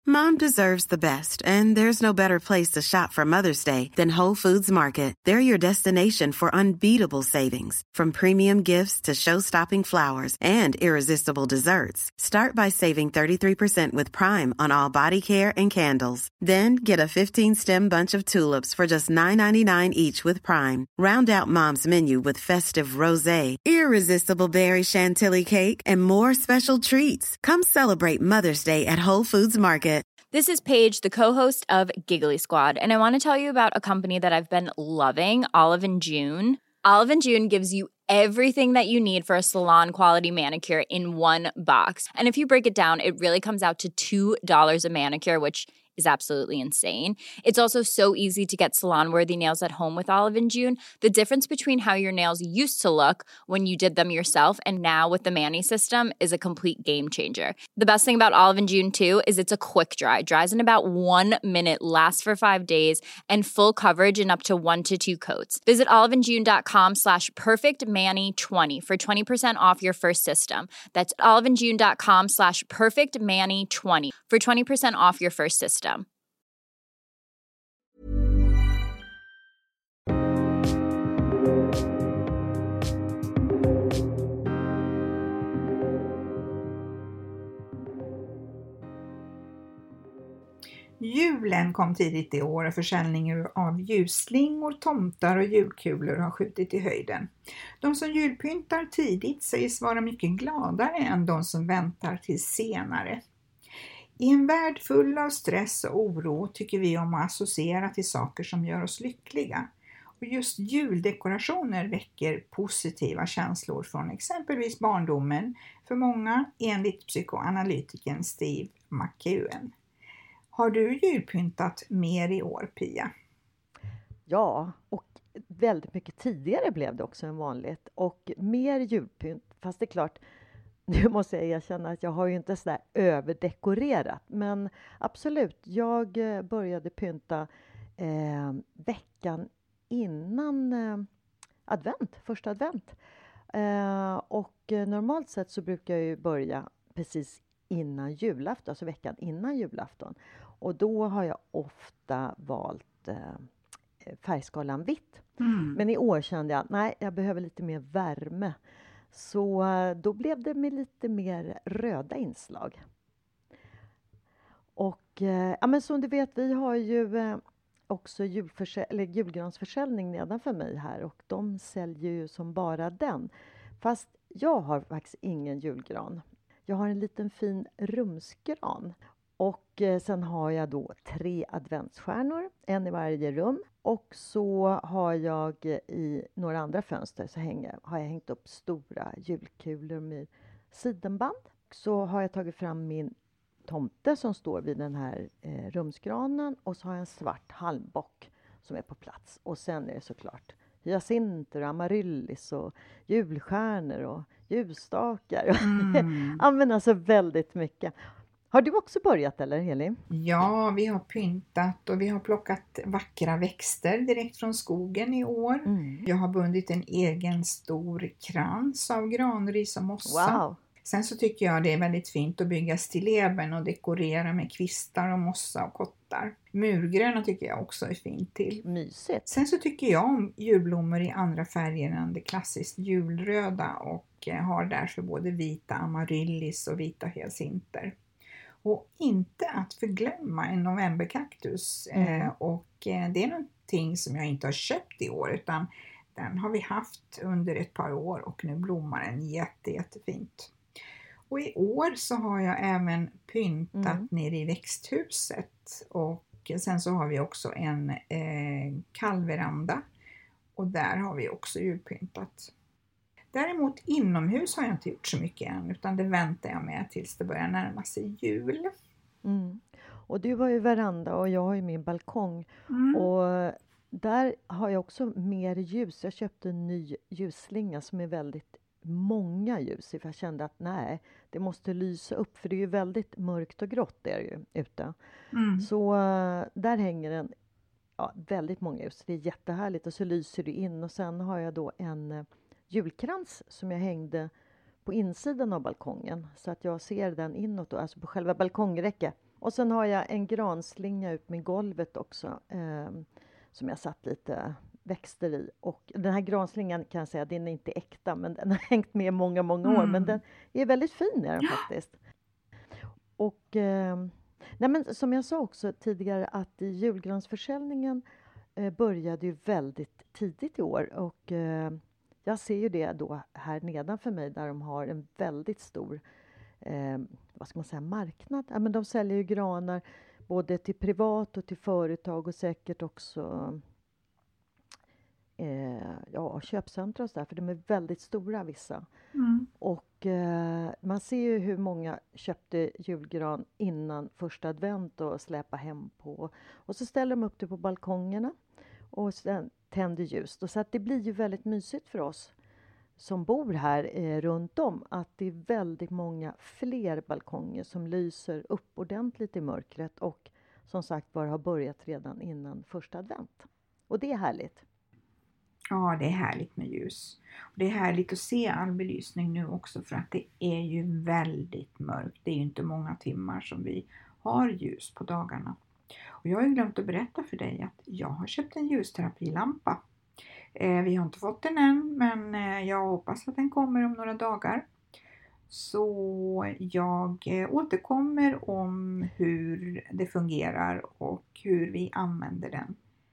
Mom deserves the best, and there's no better place to shop for Mother's Day than Whole Foods Market. They're your destination for unbeatable savings, from premium gifts to show-stopping flowers and irresistible desserts. Start by saving 33% with Prime on all body care and candles. Then get a 15-stem bunch of tulips for just $9.99 each with Prime. Round out Mom's menu with festive rosé, irresistible berry chantilly cake, and more special treats. Come celebrate Mother's Day at Whole Foods Market. This is Paige, the co-host of Giggly Squad, and I want to tell you about a company that I've been loving, Olive and June. Olive and June gives you everything that you need for a salon-quality manicure in one box. And if you break it down, it really comes out to $2 a manicure, which is absolutely insane. It's also so easy to get salon-worthy nails at home with Olive and June. The difference between how your nails used to look when you did them yourself and now with the Mani system is a complete game changer. The best thing about Olive and June, too, is it's a quick dry. Dries in about 1 minute, lasts for 5 days, and full coverage in up to 1 to 2 coats. Visit oliveandjune.com/perfectmani20 for 20% off your first system. That's oliveandjune.com/perfectmani20 for 20% off your first system. Julen kom tidigt i år och försäljningen av ljusslingor, tomtar och julkulor har skjutit i höjden. De som julpyntar tidigt sägs vara mycket gladare än de som väntar till senare. I en värld full av stress och oro tycker vi om att associera till saker som gör oss lyckliga. Och just juldekorationer väcker positiva känslor från exempelvis barndomen för många, enligt psykoanalytikern Steve McEwen. Har du julpyntat mer i år, Pia? Ja, och väldigt mycket tidigare blev det också än vanligt. Och mer julpynt, fast det är klart, nu måste jag erkänna att jag har ju inte så där överdekorerat. Men absolut, jag började pynta veckan innan advent, första advent. Och normalt sett så brukar jag ju börja precis innan julafton, alltså veckan innan julafton. Och då har jag ofta valt färgskalan vitt. Men i år kände jag, nej, jag behöver lite mer värme. Så då blev det med lite mer röda inslag. Och ja, men som du vet, vi har ju också julgransförsäljning nedanför mig här. Och de säljer ju som bara den. Fast jag har faktiskt ingen julgran. Jag har en liten fin rumsgran. Och sen har jag då 3 adventsstjärnor, en i varje rum. Och så har jag i några andra fönster så har jag hängt upp stora julkulor med sidenband. Så har jag tagit fram min tomte som står vid den här rumsgranen. Och så har jag en svart halmbock som är på plats. Och sen är det såklart hyacinter och amaryllis och julstjärnor och ljusstakar. Ja, men alltså väldigt mycket. Har du också börjat eller, Heli? Ja, vi har pyntat och vi har plockat vackra växter direkt från skogen i år. Jag har bundit en egen stor krans av granris och mossa. Wow. Sen så tycker jag det är väldigt fint att bygga stilleben och dekorera med kvistar och mossa och kottar. Murgröna tycker jag också är fint till. Mysigt. Sen så tycker jag om julblommor i andra färger än det klassiskt julröda och har därför både vita amaryllis och vita hyacinter. Och inte att förglömma en novemberkaktus. Och det är någonting som jag inte har köpt i år utan den har vi haft under ett par år och nu blommar den jättefint. Och i år så har jag även pyntat nere i växthuset och sen så har vi också en kallveranda och där har vi också julpyntat. Däremot inomhus har jag inte gjort så mycket än utan det väntar jag med tills det börjar närma sig jul. Och du har ju veranda och jag har ju min balkong och där har jag också mer ljus. Jag köpte en ny ljusslinga som är väldigt många ljus för jag kände att nej, det måste lysa upp för det är ju väldigt mörkt och grått där ju ute. Så där hänger en väldigt många ljus. Det är jättehärligt och så lyser det in och sen har jag då en julkrans som jag hängde på insidan av balkongen så att jag ser den inåt, alltså på själva balkongräcket Och sen har jag en granslinga ut med golvet också. Som jag satt lite växter i. Och den här granslingan kan jag säga, den är inte äkta. Men den har hängt med många år. Men den är väldigt fin är den faktiskt. Och nej men, som jag sa också tidigare att julgransförsäljningen började ju väldigt tidigt i år. Och jag ser ju det då här nedanför mig där de har en väldigt stor vad ska man säga, marknad. Ja, men de säljer ju granar både till privat och till företag och säkert också köpcentra och så där, för de är väldigt stora vissa. Och man ser ju hur många köpte julgran innan första advent och släpa hem på. Och så ställer de upp det på balkongerna och sen tänder ljus. Och så att det blir ju väldigt mysigt för oss som bor här runt om att det är väldigt många fler balkonger som lyser upp ordentligt i mörkret och som sagt bara har börjat redan innan första advent. Och det är härligt. Ja, det är härligt med ljus. Och det är härligt att se all belysning nu också för att det är ju väldigt mörkt. Det är ju inte många timmar som vi har ljus på dagarna. Och jag har ju glömt att berätta för dig att jag har köpt en ljusterapilampa. Vi har inte fått den än, men jag hoppas att den kommer om några dagar. Så jag återkommer om hur det fungerar och hur vi använder den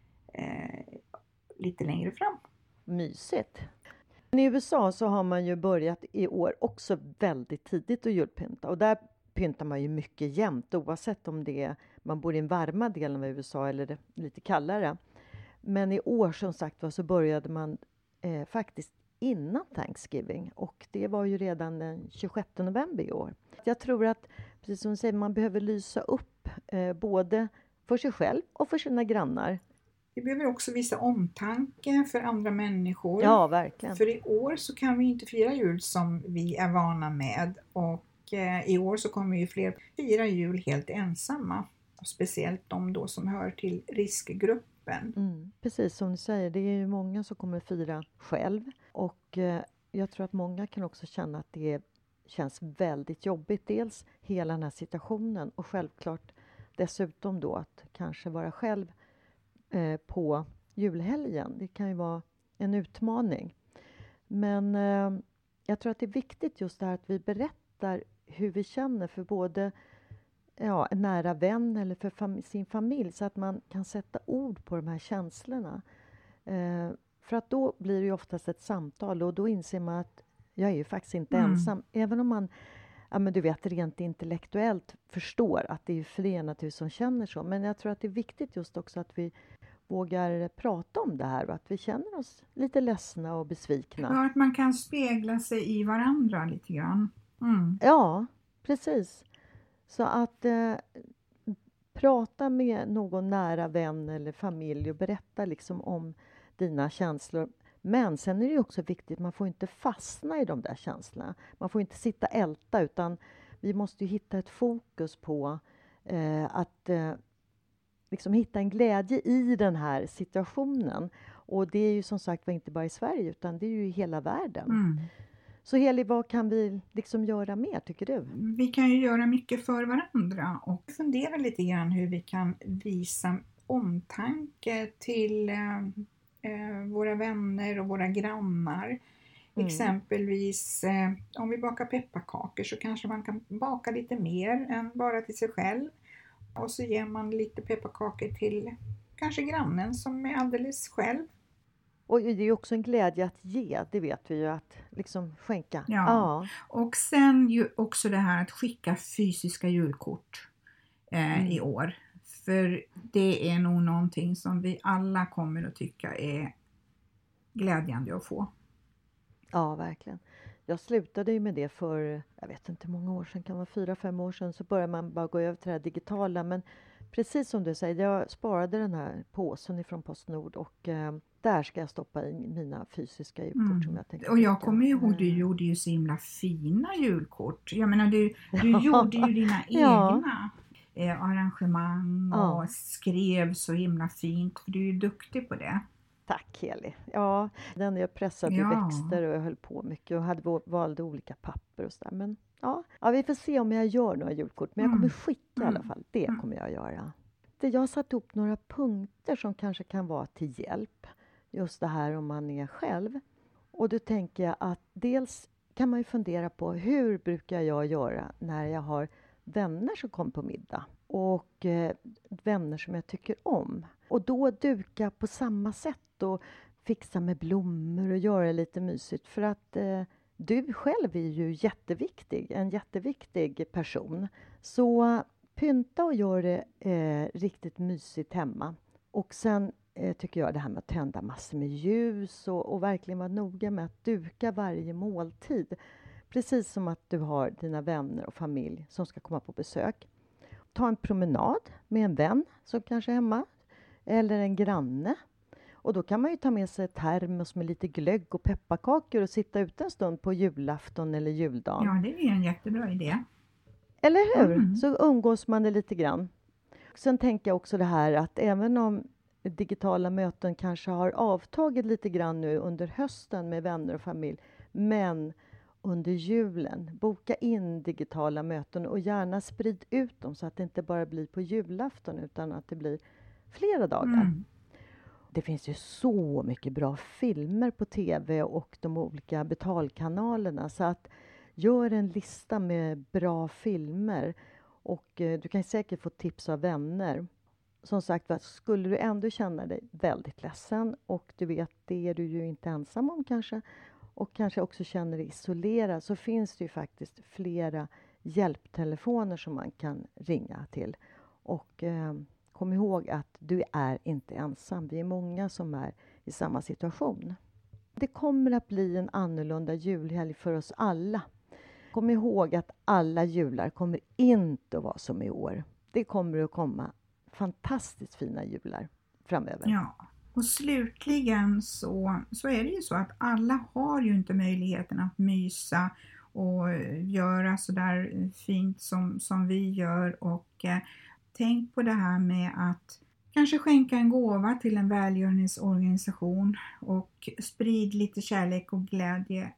lite längre fram. Mysigt. Men i USA så har man ju börjat i år också väldigt tidigt att julpynta. Och där pyntar man ju mycket jämnt oavsett om det är, man bor i en varma delen av USA eller det lite kallare. Men i år som sagt var så började man faktiskt innan Thanksgiving. Och det var ju redan den 26 november i år. Jag tror att, precis som du säger, man behöver lysa upp både för sig själv och för sina grannar. Vi behöver också visa omtanke för andra människor. Ja, verkligen. För i år så kan vi inte fira jul som vi är vana med. Och i år så kommer ju fler fira jul helt ensamma. Och speciellt de då som hör till riskgruppen. Precis som du säger, det är ju många som kommer fira själv. Och jag tror att många kan också känna att det känns väldigt jobbigt. Dels hela den här situationen och självklart dessutom då att kanske vara själv på julhelgen. Det kan ju vara en utmaning. Men jag tror att det är viktigt just det här att vi berättar hur vi känner för både en nära vän eller för sin familj så att man kan sätta ord på de här känslorna. För att då blir det ju oftast ett samtal och då inser man att jag är ju faktiskt inte ensam. Även om man men du vet, rent intellektuellt förstår att det är fler naturligtvis som känner så. Men jag tror att det är viktigt just också att vi vågar prata om det här och att vi känner oss lite ledsna och besvikna. Ja, att man kan spegla sig i varandra lite grann. Ja, precis. Så att prata med någon nära vän eller familj och berätta liksom om dina känslor. Men sen är det också viktigt, man får inte fastna i de där känslorna. Man får inte sitta älta utan vi måste ju hitta ett fokus på att liksom hitta en glädje i den här situationen. Och det är ju som sagt var inte bara i Sverige utan det är ju i hela världen. Så Heli, vad kan vi liksom göra mer tycker du? Vi kan ju göra mycket för varandra och fundera lite grann hur vi kan visa omtanke till våra vänner och våra grannar. Exempelvis om vi bakar pepparkakor så kanske man kan baka lite mer än bara till sig själv. Och så ger man lite pepparkakor till kanske grannen som är alldeles själv. Och det är ju också en glädje att ge, det vet vi ju, att liksom skänka. Ja. Och sen ju också det här att skicka fysiska julkort i år. För det är nog någonting som vi alla kommer att tycka är glädjande att få. Ja, verkligen. Jag slutade ju med det för, jag vet inte hur många år sedan, kan vara 4-5 år sedan, så började man bara gå över till det här digitala. Men precis som du säger, jag sparade den här påsen ifrån PostNord och där ska jag stoppa in mina fysiska julkort som jag tänkte. Och jag kommer ihåg, du gjorde ju så himla fina julkort. Jag menar, du gjorde ju dina egna arrangemang och skrev så himla fint. För du är ju duktig på det. Tack Heli. Ja, jag pressade ju växter och jag höll på mycket och valde olika papper och sådär. Men Ja, vi får se om jag gör några julkort. Men jag kommer skicka i alla fall. Det kommer jag göra. Jag har satt upp några punkter som kanske kan vara till hjälp. Just det här om man är själv. Och då tänker jag att dels kan man ju fundera på hur brukar jag göra när jag har vänner som kommer på middag. Och vänner som jag tycker om. Och då duka på samma sätt och fixa med blommor och göra det lite mysigt. För att du själv är ju jätteviktig, en jätteviktig person. Så pynta och gör det riktigt mysigt hemma. Och sen tycker jag det här med att tända massor med ljus och verkligen vara noga med att duka varje måltid. Precis som att du har dina vänner och familj som ska komma på besök. Ta en promenad med en vän som kanske är hemma. Eller en granne. Och då kan man ju ta med sig termos med lite glögg och pepparkakor och sitta ute en stund på julafton eller juldagen. Ja, det är ju en jättebra idé. Eller hur? Så umgås man det lite grann. Sen tänker jag också det här att även om digitala möten kanske har avtagit lite grann nu under hösten med vänner och familj. Men under julen, boka in digitala möten och gärna sprid ut dem så att det inte bara blir på julafton utan att det blir flera dagar. Det finns ju så mycket bra filmer på tv och de olika betalkanalerna så att gör en lista med bra filmer och du kan säkert få tips av vänner. Som sagt, skulle du ändå känna dig väldigt ledsen och du vet det är du ju inte ensam om kanske och kanske också känner dig isolerad så finns det ju faktiskt flera hjälptelefoner som man kan ringa till och kom ihåg att du är inte ensam. Vi är många som är i samma situation. Det kommer att bli en annorlunda julhelg för oss alla. Kom ihåg att alla jular kommer inte att vara som i år. Det kommer att komma fantastiskt fina jular framöver. Ja, och slutligen så är det ju så att alla har ju inte möjligheten att mysa och göra så där fint som vi gör och tänk på det här med att kanske skänka en gåva till en välgörenhetsorganisation och sprid lite kärlek och glädje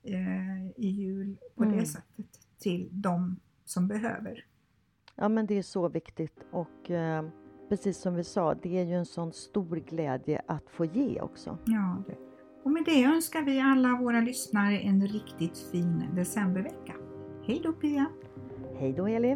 i jul på det sättet till de som behöver. Ja, men det är så viktigt och precis som vi sa, det är ju en sån stor glädje att få ge också. Ja, och med det önskar vi alla våra lyssnare en riktigt fin decembervecka. Hej då Pia! Hej då Eli!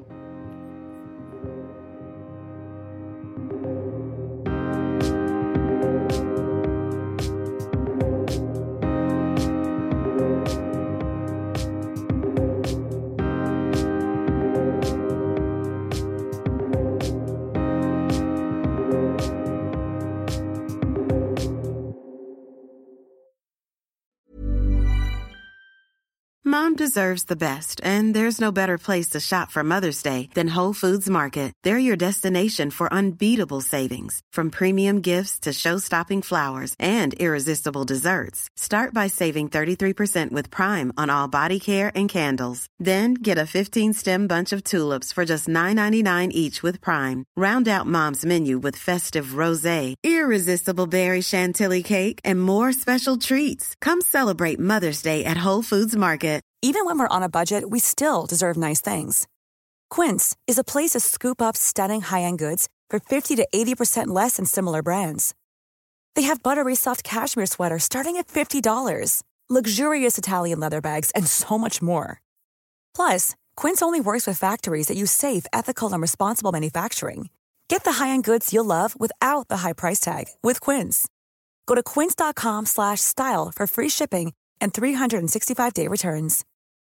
Mom deserves the best, and there's no better place to shop for Mother's Day than Whole Foods Market. They're your destination for unbeatable savings, from premium gifts to show-stopping flowers and irresistible desserts. Start by saving 33% with Prime on all body care and candles. Then get a 15-stem bunch of tulips for just $9.99 each with Prime. Round out Mom's menu with festive rosé, irresistible berry chantilly cake, and more special treats. Come celebrate Mother's Day at Whole Foods Market. Even when we're on a budget, we still deserve nice things. Quince is a place to scoop up stunning high-end goods for 50 to 80% less than similar brands. They have buttery soft cashmere sweaters starting at $50, luxurious Italian leather bags, and so much more. Plus, Quince only works with factories that use safe, ethical, and responsible manufacturing. Get the high-end goods you'll love without the high price tag with Quince. Go to quince.com/style for free shipping and 365-day returns.